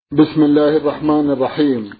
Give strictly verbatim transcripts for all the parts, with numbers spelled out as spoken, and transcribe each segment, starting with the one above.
بسم الله الرحمن الرحيم.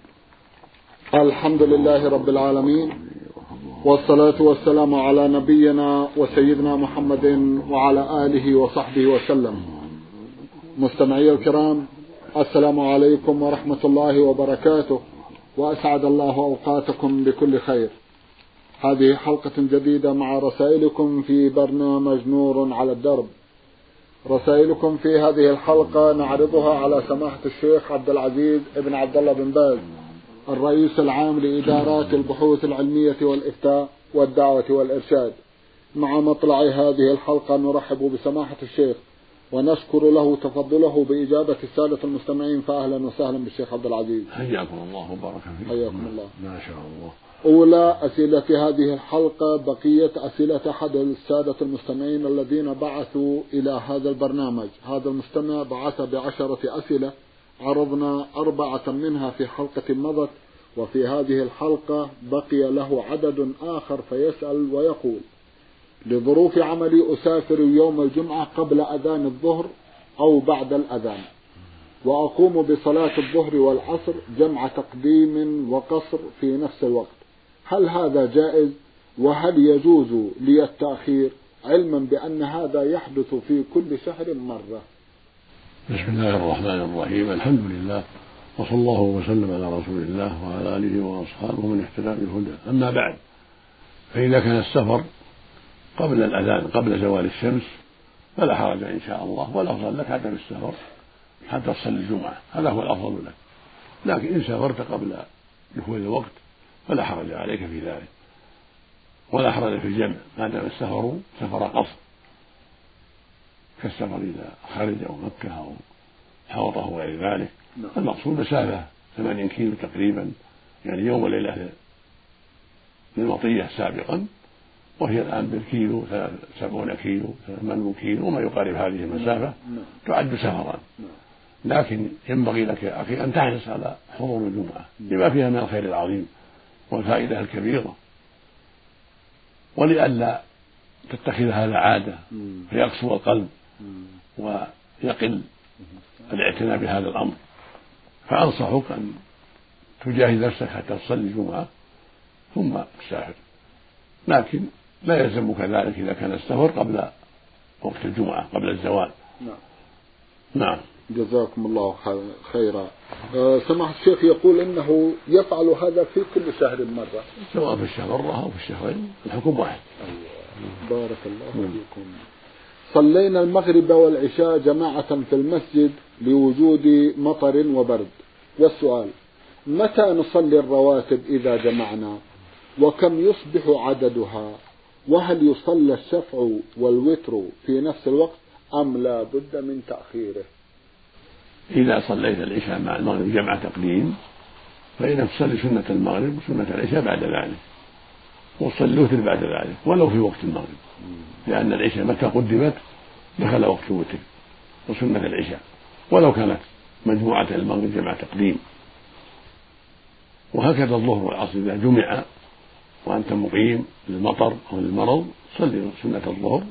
الحمد لله رب العالمين، والصلاة والسلام على نبينا وسيدنا محمد وعلى آله وصحبه وسلم. مستمعي الكرام، السلام عليكم ورحمة الله وبركاته، وأسعد الله أوقاتكم بكل خير. هذه حلقة جديدة مع رسائلكم في برنامج نور على الدرب. رسائلكم في هذه الحلقة نعرضها على سماحة الشيخ عبد العزيز ابن عبد الله بن باز، الرئيس العام لإدارات البحوث العلمية والإفتاء والدعوة والإرشاد. مع مطلع هذه الحلقة نرحب بسماحة الشيخ ونشكر له تفضله بإجابة السادة المستمعين، فأهلا وسهلا بالشيخ عبد العزيز. حياكم الله وبارك فيكم. حياكم الله. ما شاء الله. أولى أسئلة هذه الحلقة بقية أسئلة أحد السادة المستمعين الذين بعثوا إلى هذا البرنامج. هذا المستمع بعث بعشرة أسئلة، عرضنا أربعة منها في حلقة مضت، وفي هذه الحلقة بقي له عدد آخر فيسأل ويقول: لظروف عملي أسافر يوم الجمعة قبل أذان الظهر أو بعد الأذان، وأقوم بصلاة الظهر والعصر جمع تقديم وقصر في نفس الوقت، هل هذا جائز؟ وهل يجوز لي التأخير علما بأن هذا يحدث في كل شهر مرة؟ بسم الله الرحمن الرحيم. الحمد لله، وصلى الله وسلم على رسول الله وعلى آله وأصحابه من اهتدى بهداه. أما بعد، فإذا كان السفر قبل الأذان قبل زوال الشمس فلا حرج إن شاء الله، والأفضل لك عدم السفر حتى تصلي الجمعة، هذا هو الأفضل لك. لكن إن سافرت قبل دخول الوقت فلا حرج عليك في ذلك، ولا حرج في الجمع ما دام السفر سفر قصر، كالسفر إذا خرج أو مكة أو حوطة وغير ذلك. المقصود مسافة ثمانين كيلو تقريبا، يعني يوم وليلة للمطية سابقا، وهي الآن بالكيلو سبعون كيلو ثمانون كيلو وما يقارب هذه المسافة تعد سفرا. لكن ينبغي لك يا أخي أن تحرص على حضور الجمعة لما فيها من الخير العظيم والفائدة الكبيرة، ولئلا تتخذ هذا عادة فيقسو القلب ويقل الاعتناء بهذا الأمر. فأنصحك أن تجاهد نفسك حتى تصلي الجمعة ثم تسافر، لكن لا يلزمك ذلك إذا كان السفر قبل وقت الجمعة قبل الزوال. نعم. نعم. جزاكم الله خيرا. أه سماحة الشيخ يقول إنه يفعل هذا في كل شهر مرة، سواء في الشهر مرة أو في الشهرين، الحكم واحد. أيوة. بارك الله فيكم. صلينا المغرب والعشاء جماعة في المسجد لوجود مطر وبرد، والسؤال: متى نصلي الرواتب إذا جمعنا؟ وكم يصبح عددها؟ وهل يصلى الشفع والوتر في نفس الوقت أم لا بد من تأخيره؟ إذا صليت العشاء مع المغرب جمع تقديم فإنك تصلي سنة المغرب وسنة العشاء بعد ذلك، وتصلي الوتر بعد ذلك ولو في وقت المغرب، لأن العشاء متى قدمت دخل وقت الوتر وسنة العشاء، ولو كانت مجموعة المغرب جمع تقديم. وهكذا الظهر والعصر إذا جمع وأنت مقيم للمطر أو للمرض صلي سنة الظهر،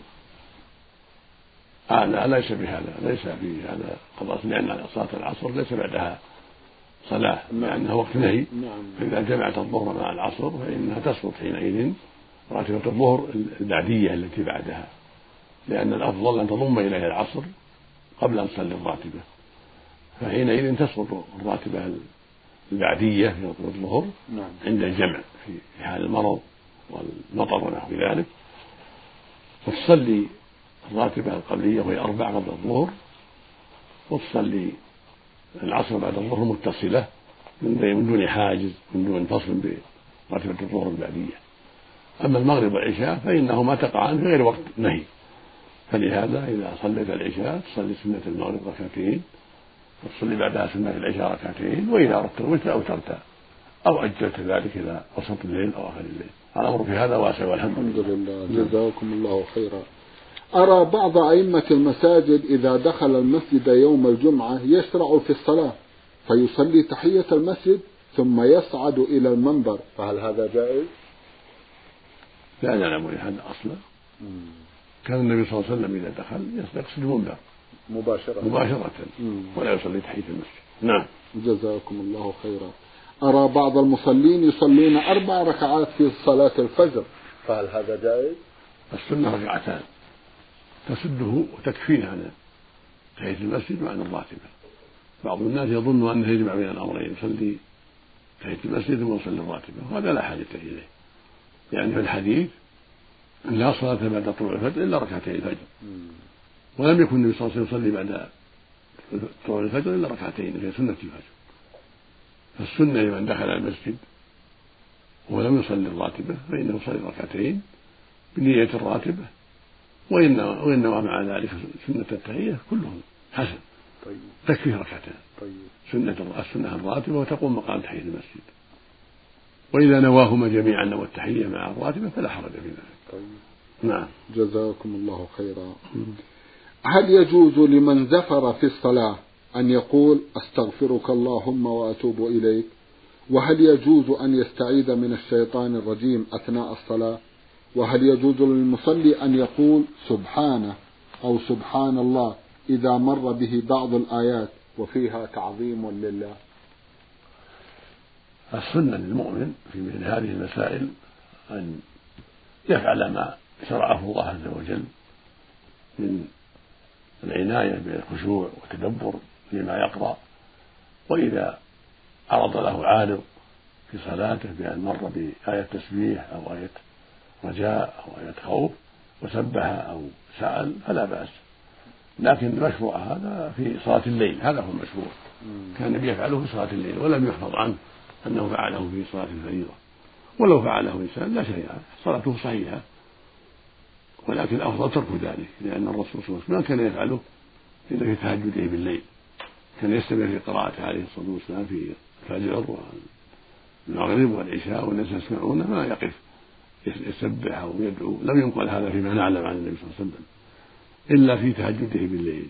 هذا ليس بهذا ليس بهذا قضاء، لأن صلاة العصر ليس بعدها صلاة لأنها وقت نهي. فإذا جمعت الظهر مع العصر فإنها تسقط حينئذ راتبة الظهر البعدية التي بعدها، لأن الأفضل أن تضم إليها العصر قبل أن تصلي الراتبة، فحينئذ تسقط الراتبة البعدية في وقت الظهر عند الجمع في حال المرض والمطر ونحو ذلك، وتصلي الراتبة القبلية وهي أربع قبل الظهر، وتصلي العصر بعد الظهر متصلة من دون حاجز من دون فصل براتبة الظهر البعدية. أما المغرب والعشاء فإنهما تقعان في غير وقت نهي، فلهذا إذا صليت العشاء تصلي سنة المغرب ركعتين وتصلي بعدها سنة العشاء ركعتين، وإذا أردت الوتر أوترت أو أجلت ذلك إلى وسط الليل أو آخر الليل. الأمر في هذا واسع والحمد لله. جزاكم الله خيرا. أرى بعض أئمة المساجد إذا دخل المسجد يوم الجمعة يشرع في الصلاة فيصلي تحية المسجد ثم يصعد إلى المنبر، فهل هذا جائز؟ لا نعلم هذا أصلا. كان النبي صلى الله عليه وسلم إذا دخل يقصد المنبر مباشرة مباشرة ولا يصلي تحية المسجد. نعم. جزاكم الله خيرا. أرى بعض المصلين يصلون أربع ركعات في صلاة الفجر، فهل هذا جائز؟ السنة ركعتان تسده وتكفيه عن تحية المسجد وعن الراتبة. بعض الناس يظن أنه يجمع بين الأمرين، يصلي تحية المسجد ثم يصلي الراتبة، وهذا لا حاجة إليه، يعني في الحديث لا صلاة بعد طلوع الفجر إلا ركعتي الفجر، ولم يكن النبي صلى الله عليه وسلم يصلي بعد طلوع الفجر إلا ركعتين في سنة الفجر. فالسنة لمن دخل المسجد ولم يصلي الراتبة فإنه يصلي ركعتين بنية الراتبة، وإن نوى مع ذلك سنة التحية كلهم حسن، طيب. تكفيه ركعتان، طيب. سنة السنة الراتبة وتقوم مقام تحية المسجد، وإذا نواهما جميعا نوى التحية مع الراتبة فلا حرج في ذلك. طيب. نعم. جزاكم الله خيرا. هل يجوز لمن زفر في الصلاة أن يقول أستغفرك اللهم وأتوب إليك؟ وهل يجوز أن يستعيذ من الشيطان الرجيم أثناء الصلاة؟ وهل يجوز للمصلي أن يقول سبحانه أو سبحان الله إذا مر به بعض الآيات وفيها تعظيم لله؟ السنة للمؤمن في مثل هذه المسائل أن يفعل ما شرعه الله عز وجل من العناية بالخشوع والتدبر لما يقرأ، وإذا عرض له عارض في صلاته بأن مر بآية تسبيح أو آية رجاء أو آية خوف وسبح أو سأل فلا بأس، لكن المشروع هذا في صلاة الليل، هذا هو المشروع. كان النبي يفعله في صلاة الليل ولم يحفظ عنه أنه فعله في صلاة الفريضة، ولو فعله إنسان لا شيء، صلاته صحيحة، ولكن الأفضل ترك ذلك، لأن الرسول صلى الله عليه وسلم ما كان يفعله إلا في تهجده بالليل، كان يستمر في قراءته عليه الصلاة والسلام في الفجر والمغرب والعشاء والناس يسمعونه ما يقف يسبح أو يدعو، لم ينقل هذا فيما نعلم عن النبي صلى الله عليه وسلم إلا في تهجده بالليل.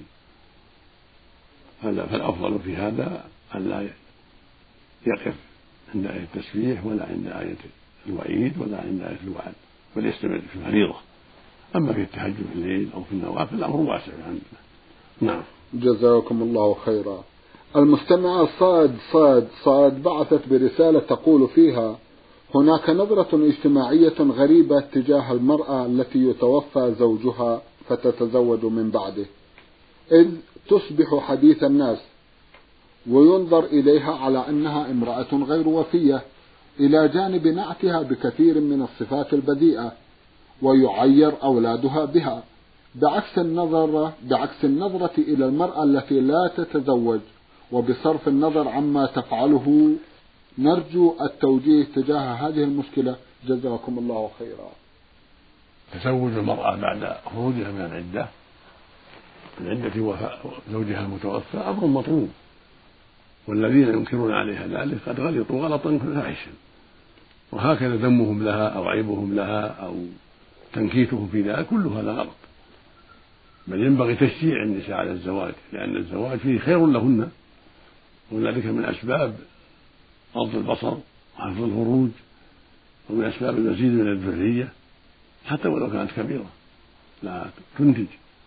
فالأفضل في هذا أن لا يقف عند آية التسبيح ولا عند آية الوعيد ولا عند آية الوعد، بل يستمر في الفريضة. أما في التهجد في الليل أو في النوافل الأمر واسع عنه. نعم. جزاكم الله خيرا. المستمعة صاد صاد صاد بعثت برسالة تقول فيها: هناك نظرة اجتماعية غريبة تجاه المرأة التي يتوفى زوجها فتتزوج من بعده، إذ تصبح حديث الناس وينظر إليها على أنها امرأة غير وفية، إلى جانب نعتها بكثير من الصفات البذيئة، ويعير أولادها بها، بعكس النظر بعكس النظرة إلى المرأة التي لا تتزوج، وبصرف النظر عما تفعله. نرجو التوجيه تجاه هذه المشكلة، جزاكم الله خيرا. تزوج المرأة بعد خروجها من العدة من عدة وفاة زوجها المتوفى أمر مطلوب، والذين ينكرون عليها ذلك قد غلطوا غلطا فاحشا، وهكذا ذمهم لها أو عيبهم لها أو تنكيتهم في ذلك كل هذا غلط، بل ينبغي تشجيع النساء على الزواج، لأن الزواج فيه خير لهن، وذلك من أسباب غض البصر وحفظ الفروج، ومن أسباب المزيد من الذرية حتى ولو كانت كبيرة لا تنتج.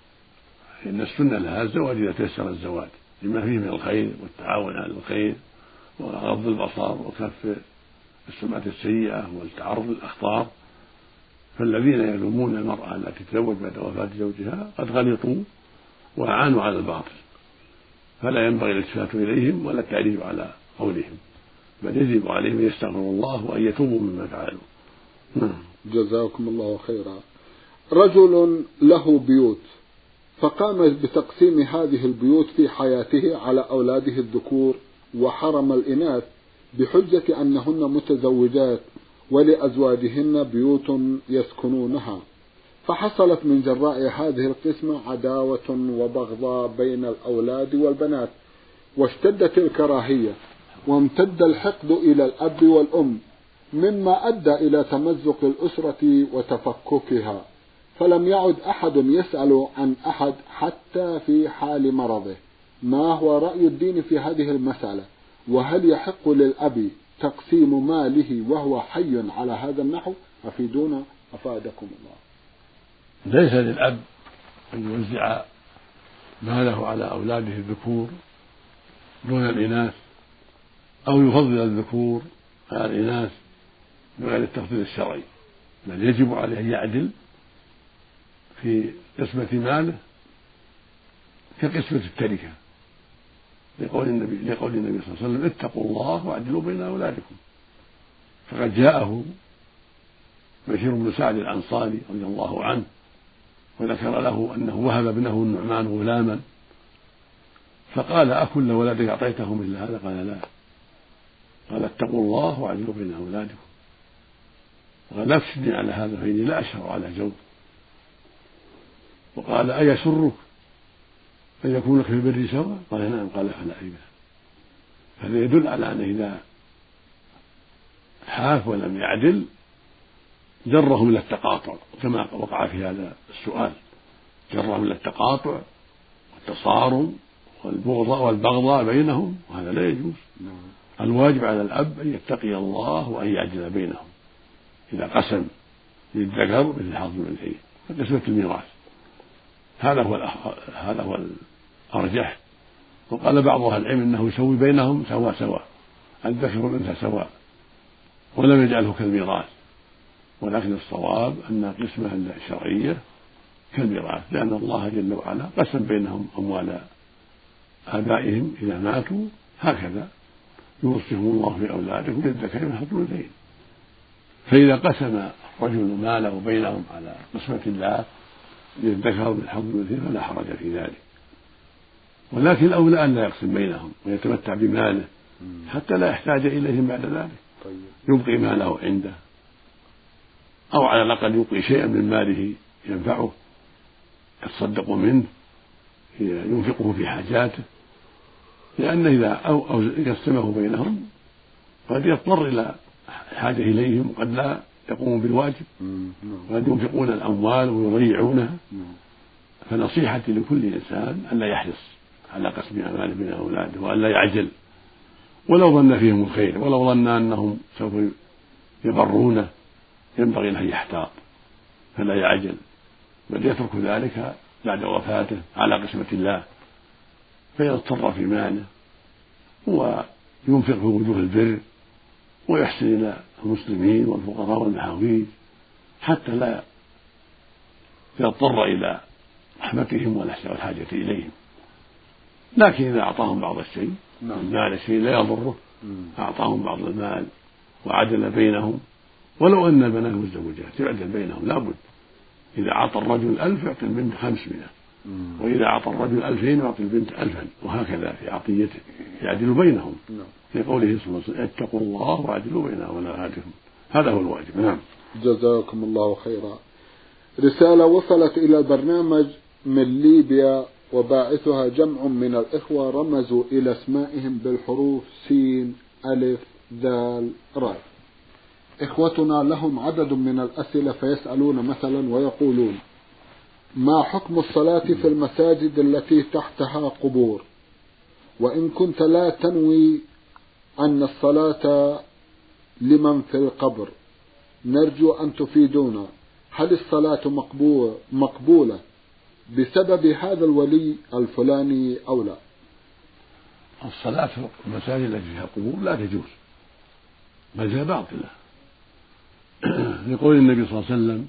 إن السنة لها الزواج إذا تيسر الزواج لما فيه من الخير والتعاون على الخير وغض البصر وكف السمعة السيئة والتعرض للأخطار. فالذين يلومون المرأة التي تتزوج بعد وفاة زوجها قد غلطوا وأعانوا على الباطل، فلا ينبغي الالتفات إليهم ولا التعريف على قولهم، بل يجب عليهم أن يستغفروا الله وأن يتوبوا مما فعلوا. جزاكم الله خيرا. رجل له بيوت فقام بتقسيم هذه البيوت في حياته على أولاده الذكور وحرم الإناث بحجة أنهن متزوجات ولأزواجهن بيوت يسكنونها، فحصلت من جراء هذه القسمة عداوة وبغضاء بين الأولاد والبنات، واشتدت الكراهية وامتد الحقد إلى الأب والأم، مما أدى إلى تمزق الأسرة وتفككها، فلم يعد أحد يسأل عن أحد حتى في حال مرضه. ما هو رأي الدين في هذه المسألة؟ وهل يحق للأب تقسيم ماله وهو حي على هذا النحو؟ أفيدونا أفادكم الله. ليس للأب أن يوزع ماله على أولاده الذكور دون الإناث أو يفضل الذكور على الإناث بغير التفضيل الشرعي، بل يجب عليه أن يعدل في قسمة ماله كقسمة التركة، لقول النبي لقول النبي صلى الله عليه وسلم: اتقوا الله واعدلوا بين أولادكم. فقد جاءه بشير بن سعد الأنصاري رضي الله عنه وذكر له أنه وهب ابنه النعمان غلاما، فقال: أكل ولدك أعطيته مثل هذا؟ قال: لا. قال: اتقوا الله واعدلوا بين أولادكم. قال: لا تشدني على هذا فإني لا أشهر على جور. وقال: أيسرك أن يكون لك في البر سواء؟ قال: نعم. قال: فلا عيب. هذا يدل على أنه إذا حاف ولم يعدل جرهم إلى التقاطع، كما وقع في هذا السؤال، جرهم إلى التقاطع والتصارم والبغضاء والبغضاء بينهم، وهذا لا يجوز. الواجب على الأب أن يتقي الله وأن يعدل بينهم إذا قسم للذكر مثل حظ الأنثيين قسمة الميراث. هذا هو هذا هو الأرجح. وقال بعض أهل العلم إنه يسوي بينهم سواء سواء، الذكر والأنثى سواء، ولم يجعله كالميراث، ولكن الصواب أن القسمة الشرعية كالميراث، لأن الله جل وعلا قسم بينهم أموال آبائهم إذا ماتوا هكذا، يوصيهم الله في أولادكم للذكر مثل حظ الأنثيين. فإذا قسم الرجل ماله بينهم على قسمة الله للذكر مثل حظ الأنثيين فلا حرج في ذلك، ولكن الأولى أن لا يقسم بينهم ويتمتع بماله حتى لا يحتاج إليهم بعد ذلك، يبقي ماله عنده، أو على الأقل يبقي شيئا من ماله ينفعه يتصدق منه ينفقه في حاجاته، لأن إذا أو, أو قسمه بينهم قد يضطر إلى حاجة إليهم وقد لا يقوم بالواجب، وقد ينفقون الأموال ويضيعونها. فنصيحتي لكل إنسان أن لا يحرص على قسم أمواله بين أولاده، وأن لا يعجل ولو ظن فيهم الخير، ولو ظن أنهم سوف يبرونه ينبغي أن يحتاط فلا يعجل، بل يترك ذلك بعد وفاته على قسمة الله، فيضطر في ماله وينفق في وجوه البر ويحسن إلى المسلمين والفقراء والمحاويج حتى لا يضطر إلى رحمتهم والحاجة إليهم. لكن إذا أعطاهم بعض الشيء المال شيء لا يضره، أعطاهم بعض المال وعدل بينهم، ولو أن البنات والزوجات يعدل بينهم لابد. إذا أعطى الرجل ألف يعطي البنت خمسمائة، وإذا أعطى الرجل ألفين يعطي البنت ألفا، وهكذا في عطيته يعدل بينهم لقوله صلى الله عليه وسلم: اتقوا الله واعدلوا بين أولادكم. هذا هو الواجب. نعم. جزاكم الله خيرا. رسالة وصلت إلى البرنامج من ليبيا وباعثها جمع من الإخوة رمزوا إلى اسمائهم بالحروف سين ألف ذال راء. إخوتنا لهم عدد من الأسئلة فيسألون مثلا ويقولون: ما حكم الصلاة في المساجد التي تحتها قبور، وإن كنت لا تنوي أن الصلاة لمن في القبر، نرجو أن تفيدونا، هل الصلاة مقبول مقبولة بسبب هذا الولي الفلاني أو لا؟ الصلاة في المساجد التي فيها قبور لا تجوز، بل هي باطلة، لقول النبي صلى الله عليه وسلم: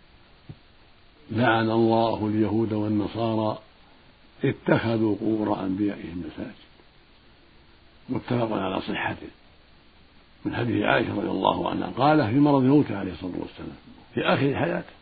لعن الله اليهود والنصارى اتخذوا قبور أنبيائهم مساجد. متفق على صحته من حديث عائشة رضي الله عنها قال في مرض موته عليه الصلاة والسلام في آخر حياته.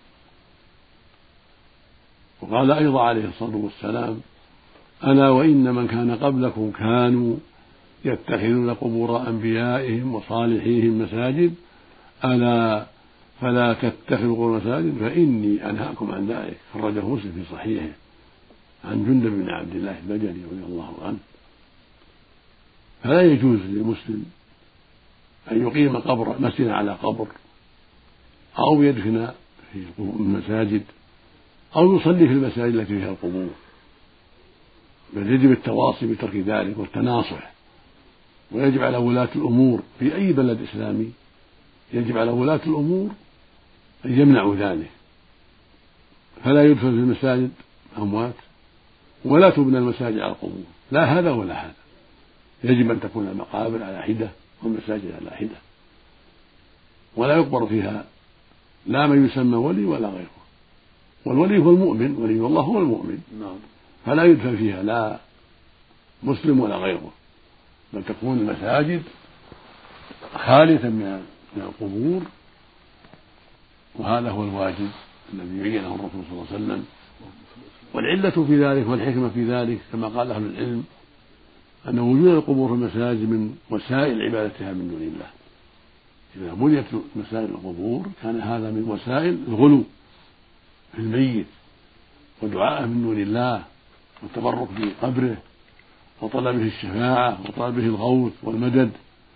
وقال أيضا عليه الصلاة والسلام: ألا وإن من كان قبلكم كانوا يتخذون قبور أنبيائهم وصالحيهم مساجد، ألا فلا تتخذوا قبور مساجد فإني أنهاكم عن ذلك. خرجه مسلم في صحيحه عن جندب بن عبد الله البجلي رضي الله عنه. فلا يجوز للمسلم أن يقيم قبر مسجدا على قبر، أو يدفن في المساجد، أو يصلي في المساجد التي فيها القبور، بل يجب التواصي بترك ذلك والتناصح. ويجب على ولاة الأمور في أي بلد إسلامي، يجب على ولاة الأمور أن يمنعوا ذلك، فلا يدفن في المساجد أموات، ولا تبنى المساجد على القبور، لا هذا ولا هذا، يجب أن تكون المقابر على حدة والمساجد على حدة، ولا يقبر فيها لا من يسمى ولي ولا غيره، والولي هو المؤمن، ولي الله هو المؤمن، فلا يدفن فيها لا مسلم ولا غيره، بل تكون المساجد خالية من القبور، وهذا هو الواجب الذي بينه الرسول صلى الله عليه وسلم. والعلة في ذلك والحكمة في ذلك كما قال أهل العلم أن وجود القبور في المساجد من وسائل عبادتها من دون الله. إذا بنيت مساجد القبور كان هذا من وسائل الغلو في الميت ودعائه من دون الله والتبرك بقبره وطلبه الشفاعة وطلبه الغوث والمدد،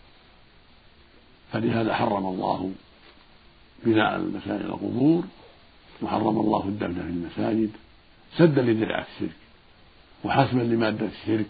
فلهذا حرم الله بناء المساجد القبور، وحرم الله الدفن في المساجد سدا لذريعة الشرك وحسما لمادة الشرك.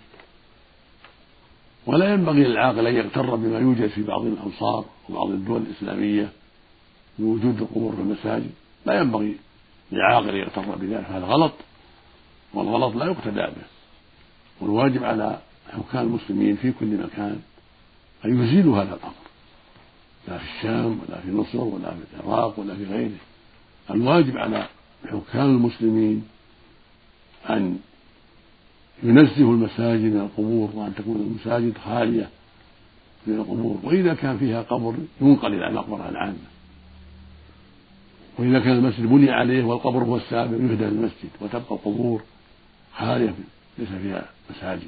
ولا ينبغي للعاقل أن يغتر بما يوجد في بعض الأمصار وبعض الدول الإسلامية من وجود القبور في المساجد، لا ينبغي للعاقل يغتر بذلك، هذا غلط، والغلط لا يقتدى به. والواجب على حكام المسلمين في كل مكان أن يزيلوا هذا الأمر، لا في الشام ولا في مصر ولا في العراق ولا في غيره. الواجب على حكام المسلمين أن ينزهوا المساجد من القبور، وأن تكون المساجد خالية من القبور، وإذا كان فيها قبر ينقل إلى المقبرة العامة، وإذا كان المسجد بني عليه والقبر هو السابق يهدى المسجد وتبقى القبور خالية ليس فيها مساجد.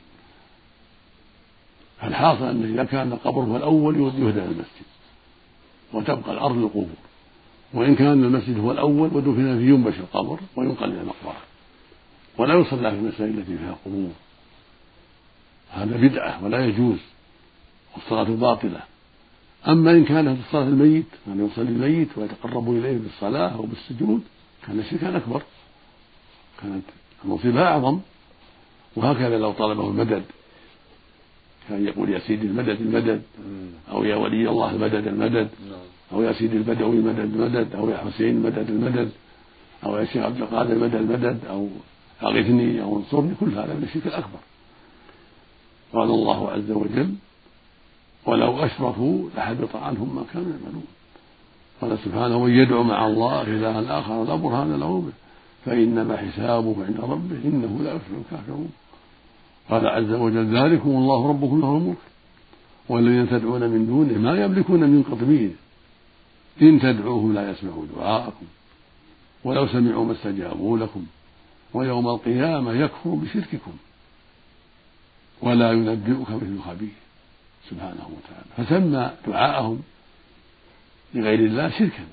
فالحاصل أن إذا كان القبر هو الأول يهدى المسجد وتبقى الأرض للقبور، وإن كان المسجد هو الأول ودفن فيه ينبش القبر وينقل إلى المقبرة، ولا يصلى في المساجد التي فيها قبور، هذا بدعة ولا يجوز والصلاة باطلة. أما إن كانت الصلاة الميت أن يصلي الميت ويتقرب إليه بالصلاة أو بالسجود كان شركا أكبر، كانت المصيبة أعظم. وهكذا لو طلبه المدد كان يقول يا سيدي المدد المدد، أو يا ولي الله المدد المدد، أو يا سيدي البدوي المدد المدد، أو يا حسين المدد المدد، أو يا شيخ عبد القادر المدد المدد، أو أغثني أو انصرني، كل هذا من الشرك الأكبر. قال الله عز وجل ولو أشركوا لحبط عنهم ما كانوا يعملون. قال سبحانه ومن يدعو مع الله إلها آخر لا برهان له به فإنما حسابه عند ربه إنه لا يفلح الكافرون. قال عز وجل ذلكم الله ربكم له الملك والذين تدعون من دونه ما يملكون من قطمير إن تدعوهم لا يسمعوا دعاءكم ولو سمعوا ما استجابوا لكم ويوم القيامة يكفر بشرككم ولا ينبئك مثل خبير سبحانه وتعالى. فسمى دعاءهم لغير الله شركا،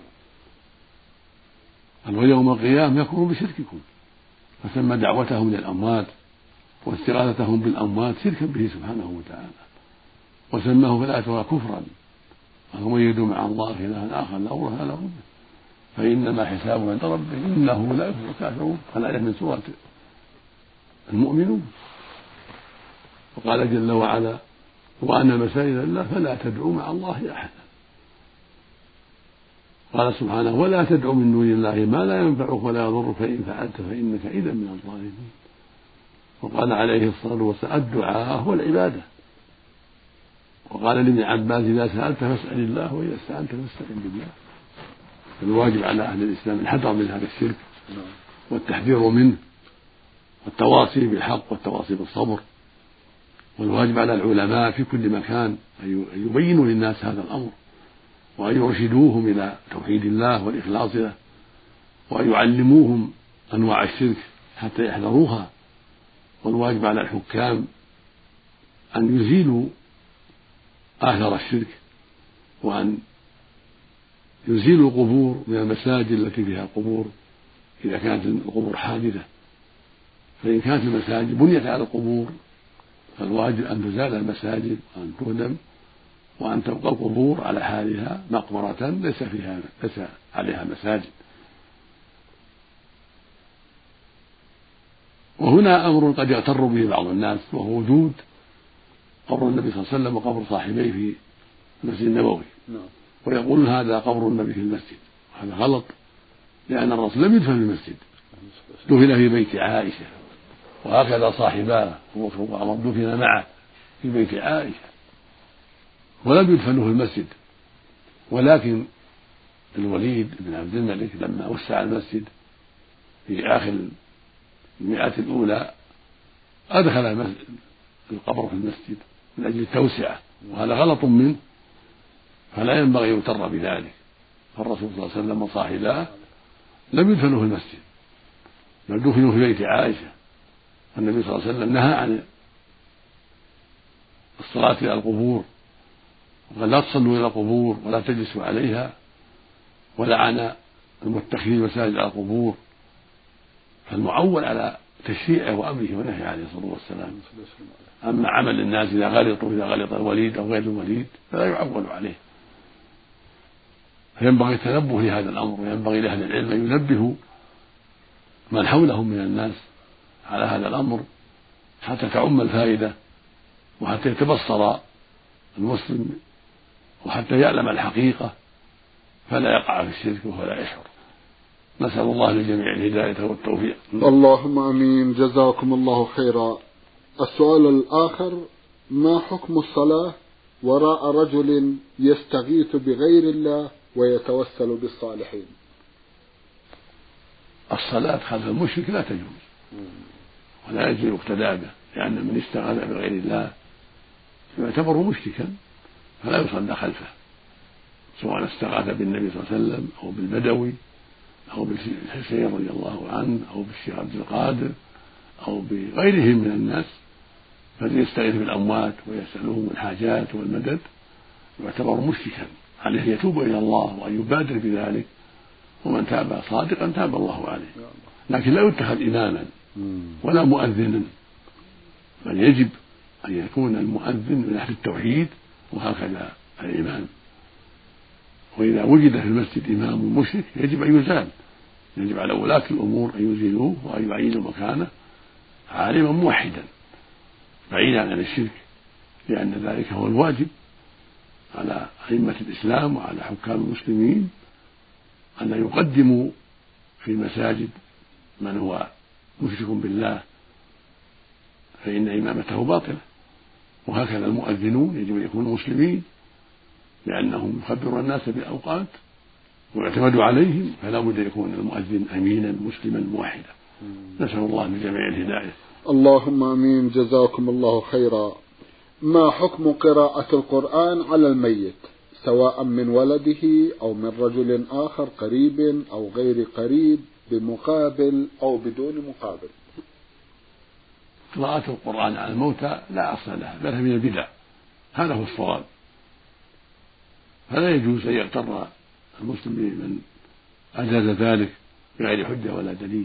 قال ويوم القيامة يكفر بشرككم، فسمى دعوتهم للأموات واستغاثتهم بالأموات شركا به سبحانه وتعالى، وسماه في الآية كفرا. قال ومن يدعو مع الله إلها آخر لا برهان له به فإنما حسابه عند ربه إنه لا يفلح الكافرون. الآية من سورة المؤمنون. وقال جل وعلا وأن مساجد الله فلا تدعوا مع الله أحدا. قال سبحانه ولا تدعوا من دون الله ما لا ينفعك ولا يضرك فإن فعلت فإنك إذا من الظالمين. وقال عليه الصلاة والسلام الدعاء هو العبادة. وقال لابن عباس إذا سألت فاسأل الله وإذا استعنت فاستعن بالله. الواجب على أهل الإسلام الحذر من هذا الشرك والتحذير منه والتواصي بالحق والتواصي بالصبر. والواجب على العلماء في كل مكان أن يبينوا للناس هذا الأمر وأن يرشدوهم إلى توحيد الله والإخلاص له وأن يعلموهم أنواع الشرك حتى يحذروها. والواجب على الحكام أن يزيلوا آثار الشرك وأن يزيلوا القبور من المساجد التي فيها قبور إذا كانت القبور حادثة. فإن كانت المساجد بنيت على القبور فالواجب أن تزال المساجد وأن تهدم وأن تبقى القبور على حالها مقبرة ليس فيها ليس عليها مساجد. وهنا أمر قد يغتر به بعض الناس وهو وجود قبر النبي صلى الله عليه وسلم وقبر صاحبيه في المسجد النبوي، ويقولون هذا قبر النبي في المسجد. هذا غلط، لأن الرسول لم يدفن في المسجد، دفن في بيت عائشة، وهكذا صاحباه وعمر دفن معه في بيت عائشة ولم يدفنوا في المسجد، ولكن الوليد بن عبد الملك لما وسع المسجد في آخر المئات الأولى أدخل القبر في المسجد من أجل التوسعة، وهذا غلط منه، فلا ينبغي يغتر بذلك. فالرسول صلى الله عليه وسلم وصاحباه لم يدفنوا في المسجد بل دفنوا في بيت عائشة. النبي صلى الله عليه وسلم نهى عن الصلاة إلى القبور، وقال لا تصلوا إلى القبور ولا تجلسوا عليها، ولعن المتخذين مساجد على القبور. فالمعول على تشريعه وأمره ونهيه عليه الصلاة والسلام. أما عمل الناس إذا غلطوا إذا غلط الوليد أو غير الوليد فلا يعول عليه. فينبغي التنبه لهذا الأمر، وينبغي لأهل العلم أن ينبهوا من حولهم من الناس على هذا الأمر حتى تعم الفائدة، وحتى يتبصر المسلم، وحتى يعلم الحقيقة فلا يقع في الشرك ولا يشعر. نسأل الله للجميع الهداية والتوفيق. اللهم آمين. جزاكم الله خيرا. السؤال الآخر: ما حكم الصلاة وراء رجل يستغيث بغير الله ويتوسل بالصالحين؟ الصلاة خلف المشرك لا تجوز ولا يجوز يقتدى به، لأن من استغاث بغير الله يعتبر مشركا فلا يصلى خلفه، سواء استغاث بالنبي صلى الله عليه وسلم أو بالبدوي أو بالحسين رضي الله عنه أو بالشيخ عبد القادر أو بغيرهم من الناس، فالذي يستغيث بالأموات ويسألهم الحاجات والمدد يعتبر مشركا، عليه يتوب إلى الله وأن يبادر بذلك، ومن تاب صادقا تاب الله عليه. لكن لا يتخذ إماما ولا مؤذنا، بل يجب أن يكون المؤذن من أهل التوحيد وهكذا الإمام. وإذا وجد في المسجد إمام مشرك يجب أن يزال، يجب على ولاة الأمور أن يزيلوه وأن يعينوا مكانه عالما موحدا بعيدا عن الشرك، لأن ذلك هو الواجب على أئمة الإسلام وعلى حكام المسلمين أن يقدموا في المساجد من هو مشرك بالله فإن إمامته باطلة، وهكذا المؤذنون يجب أن يكونوا مسلمين لأنهم يخبرون الناس بالأوقات ويعتمد عليهم، فلا بد أن يكون المؤذن أمينا مسلما موحدا. نسأل الله للجميع الهداية. اللهم آمين. جزاكم الله خيرا. ما حكم قراءة القرآن على الميت سواء من ولده أو من رجل آخر قريب أو غير قريب بمقابل أو بدون مقابل؟ قراءة القرآن على الموتى لا أصل لها، بل من البدع، هذا هو الصواب. فلا يجوز أن يغتر المسلم بمن أجاز ذلك بغير حجة ولا دليل،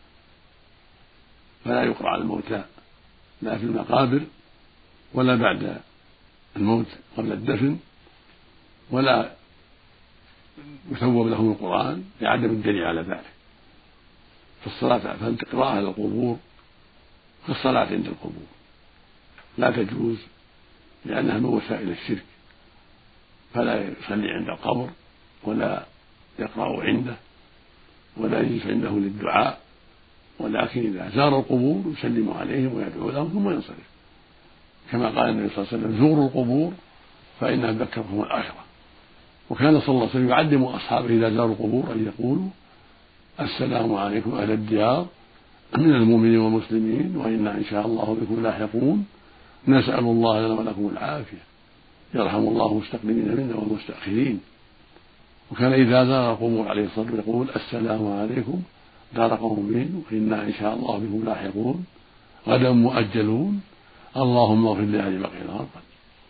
فلا يقرأ على الموتى لا في المقابر ولا بعد الموت قبل الدفن، ولا يثوب لهم القرآن لعدم الدليل على ذلك. فالصلاة فالقراءة على القبور كالصلاة عند القبور لا تجوز، لأنها من وسائل الشرك، فلا يصلي عند القبر ولا يقرأ عنده ولا يجلس عنده للدعاء، ولكن إذا زار القبور يسلم عليهم ويدعو لهم ثم ينصرف، كما قال النبي صلى الله عليه وسلم: زوروا القبور فإنها تذكركم الآخرة. وكان صلى الله عليه وسلم يعلم أصحابه إذا زاروا القبور أن يقولوا: السلام عليكم أهل الديار من المؤمنين والمسلمين وإنا إن شاء الله بكم لاحقون، نسأل الله لنا ولكم العافية، يرحم الله المستقدمين منا والمستأخرين. وكان إذا زار القبور عليه الصلاة والسلام يقول: السلام عليكم دار قوم وإنا إن شاء الله بكم لاحقون غدا مؤجلون، اللهم اغفر لأهل بقيع الغرقد.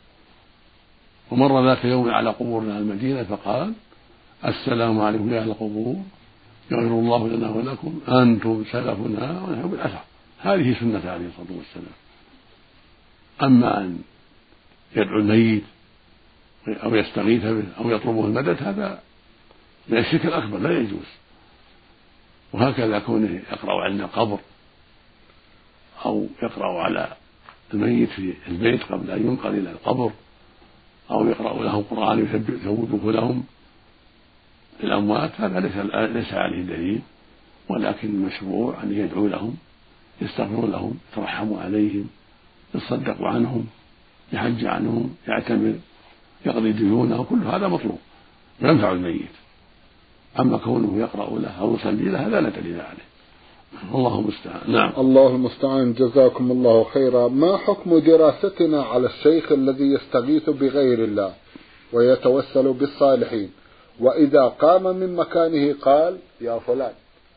ومر ذات يوم على قبورنا المدينة فقال: السلام عليكم يا أهل القبور، يغفر الله لنا ولكم، أنتم سلفنا ونحن بالأثر. هذه سنة عليه الصلاة والسلام. أما أن يدعو الميت أو يستغيث به أو يطلبه المدد هذا من الشرك الأكبر لا يجوز. وهكذا كونه يقرأ عند القبر أو يقرأ على الميت في البيت قبل أن ينقل إلى القبر أو يقرأ لهم قرآن يثوبه لهم الأموات، هذا ليس عليه دليل، ولكن المشروع أن يدعو لهم، يستغفر لهم، يترحموا عليهم، يتصدقوا عنهم، يحج عنهم، يعتمر، يقضي ديونه، كل هذا مطلوب ينفع الميت. أما كونه يقرأ له أو يصلي له هذا لا دليل عليه. الله المستعان. نعم. الله المستعان. جزاكم الله خيرا. ما حكم دراستنا على الشيخ الذي يستغيث بغير الله ويتوسل بالصالحين، وإذا قام من مكانه قال يا فلان؟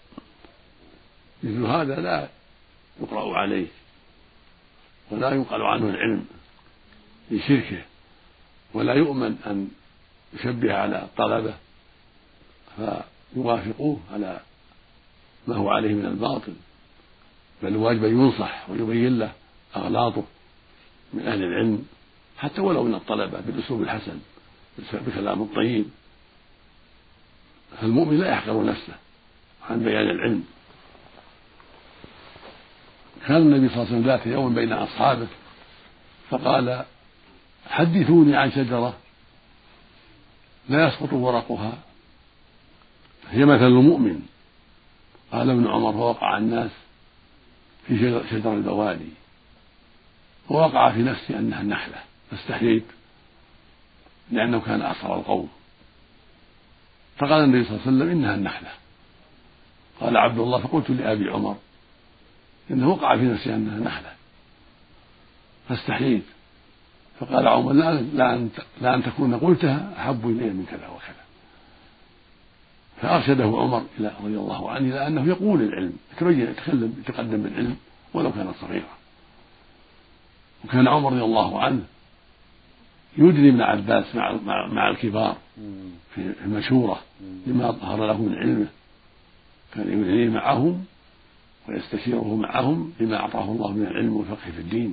مثل هذا لا يقرأ عليه ولا ينقل عنه العلم لشركه، ولا يؤمن أن يشبه على الطلبة فيوافقوه على ما هو عليه من الباطل، بل الواجب أن ينصح ويبين له أغلاطه من أهل العلم حتى ولو من الطلبة بالأسلوب الحسن بكلام الطيب. فالمؤمن لا يحقر نفسه عن بيان العلم. كان النبي صلى الله عليه وسلم ذات يوم بين أصحابه فقال حدثوني عن شجرة لا يسقط ورقها هي مثل المؤمن. قال ابن عمر فوقع الناس في شجر البوادي، ووقع في نفسي أنها النحلة فاستحييت لأنه كان أصغر القوم. فقال النبي صلى الله عليه وسلم إنها النحلة. قال عبد الله فقلت لأبي عمر إنه وقع في نفسي أنها نحلة فاستحييت. فقال عمر لا أن تكون قلتها أحب إلي من كذا وكذا. فأرشده عمر إلى رضي الله عنه إلى أنه يقول العلم، يتبين يتكلم يتقدم بالعلم ولو كان صغيرا. وكان عمر رضي الله عنه يدني ابن عباس مع مع الكبار في المشورة لما ظهر له من علمه، كان يدنيه معهم ويستشيره معهم بما أعطاه الله من العلم والفقه في الدين.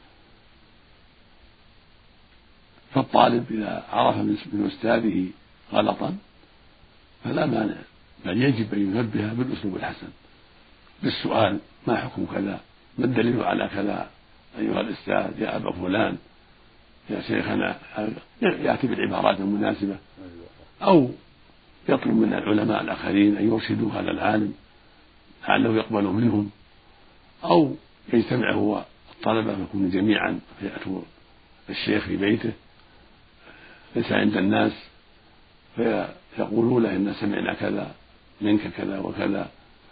فالطالب إذا عرف من أستاذه غلطا فلا مانع، بل يجب أن ينبه بالأسلوب الحسن بالسؤال ما حكم كذا، ما الدليل على كذا أيها الأستاذ يا أبا فلان يا شيخنا، يأتي بالعبارات المناسبة، أو يطلب من العلماء الآخرين أن يرشدوا هذا العالم لعله يقبل منهم، أو يجتمع هو الطلبة فيكونوا جميعا فيأتوا الشيخ في بيته ليس عند الناس فيقولوا له إن سمعنا كذا منك كذا وكذا،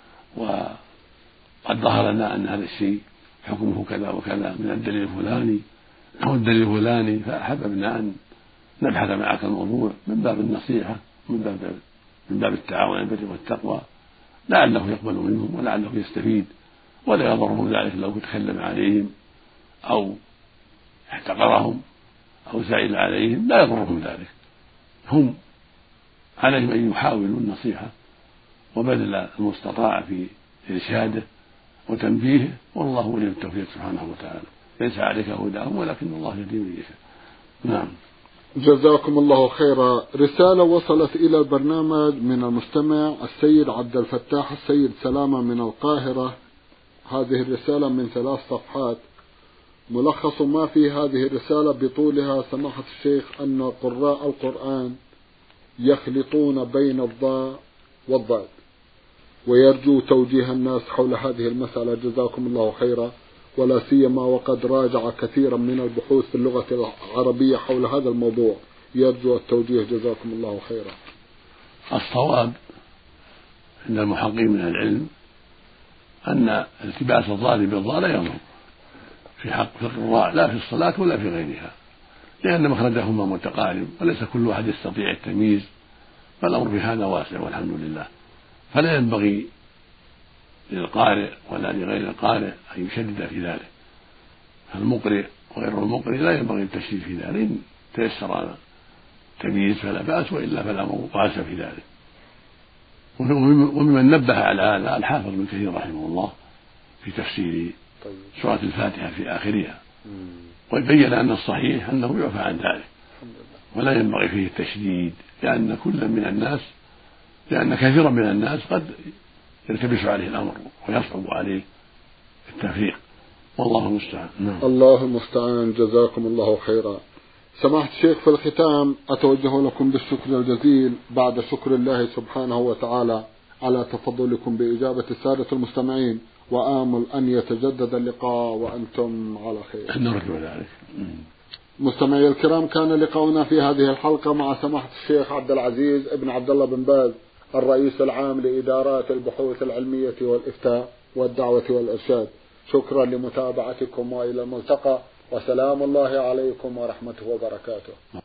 وقد ظهر لنا أن هذا الشيء حكمه كذا وكذا من الدليل الفلاني أو الدليل الفلاني، فأحببنا أن نبحث معك الموضوع من باب النصيحة من باب من باب التعاون على البر والتقوى لعله يقبل منهم ولعله يستفيد، ولا يضرهم ذلك لو تكلم عليهم أو احتقرهم أو زعل عليهم، لا يضرهم ذلك. هم عليهم أن يحاولوا النصيحة وبذل المستطاع في إرشاده وتنبيهه، والله ولي التوفيق سبحانه وتعالى، ليس عليك هداهم ولكن الله يهدي من يشاء. نعم. جزاكم الله خيرا. رسالة وصلت إلى البرنامج من المستمع السيد عبد الفتاح السيد سلامة من القاهرة. هذه الرسالة من ثلاث صفحات. ملخص ما في هذه الرسالة بطولها: سماحة الشيخ أن قراء القرآن يخلطون بين الضاء والضاد، ويرجو توجيه الناس حول هذه المسألة جزاكم الله خيرا، ولا سيما وقد راجع كثيرا من البحوث في اللغة العربية حول هذا الموضوع، يرجو التوجيه جزاكم الله خيرا. الصواب عند المحققين من العلم أن التباس الضاد بالضاء لا يضر في حق القراء لا في الصلاة ولا في غيرها، لأن مخرجهما متقارب وليس كل واحد يستطيع التمييز، فالأمر في هذا واسع والحمد لله. فلا ينبغي للقارئ ولا لغير القارئ أن يشدد في ذلك، فالمقرئ وغير المقرئ لا ينبغي التشديد في ذلك، إن تيسر التمييز فلا بأس، وإلا فالأمر واسع في ذلك. وممن نبه على هذا الحافظ بن كثير رحمه الله في تفسير سورة الفاتحة في آخرها، ويبين أن الصحيح أنه يعفى عن ذلك ولا ينبغي فيه التشديد، لأن كل من الناس لأن كثيرا من الناس قد يلتبس عليه الأمر ويصعب عليه التفريق، والله المستعان. الله المستعان. جزاكم الله خيرا. سماحة الشيخ، في الختام أتوجه لكم بالشكر الجزيل بعد شكر الله سبحانه وتعالى على تفضلكم بإجابة السادة المستمعين، وآمل أن يتجدد اللقاء وأنتم على خير. نرجو ذلك. مستمعي الكرام، كان لقاؤنا في هذه الحلقة مع سماحة الشيخ عبد العزيز ابن عبد الله بن باز الرئيس العام لإدارات البحوث العلمية والإفتاء والدعوة والإرشاد. شكرا لمتابعتكم وإلى الملتقى، وسلام الله عليكم ورحمته وبركاته.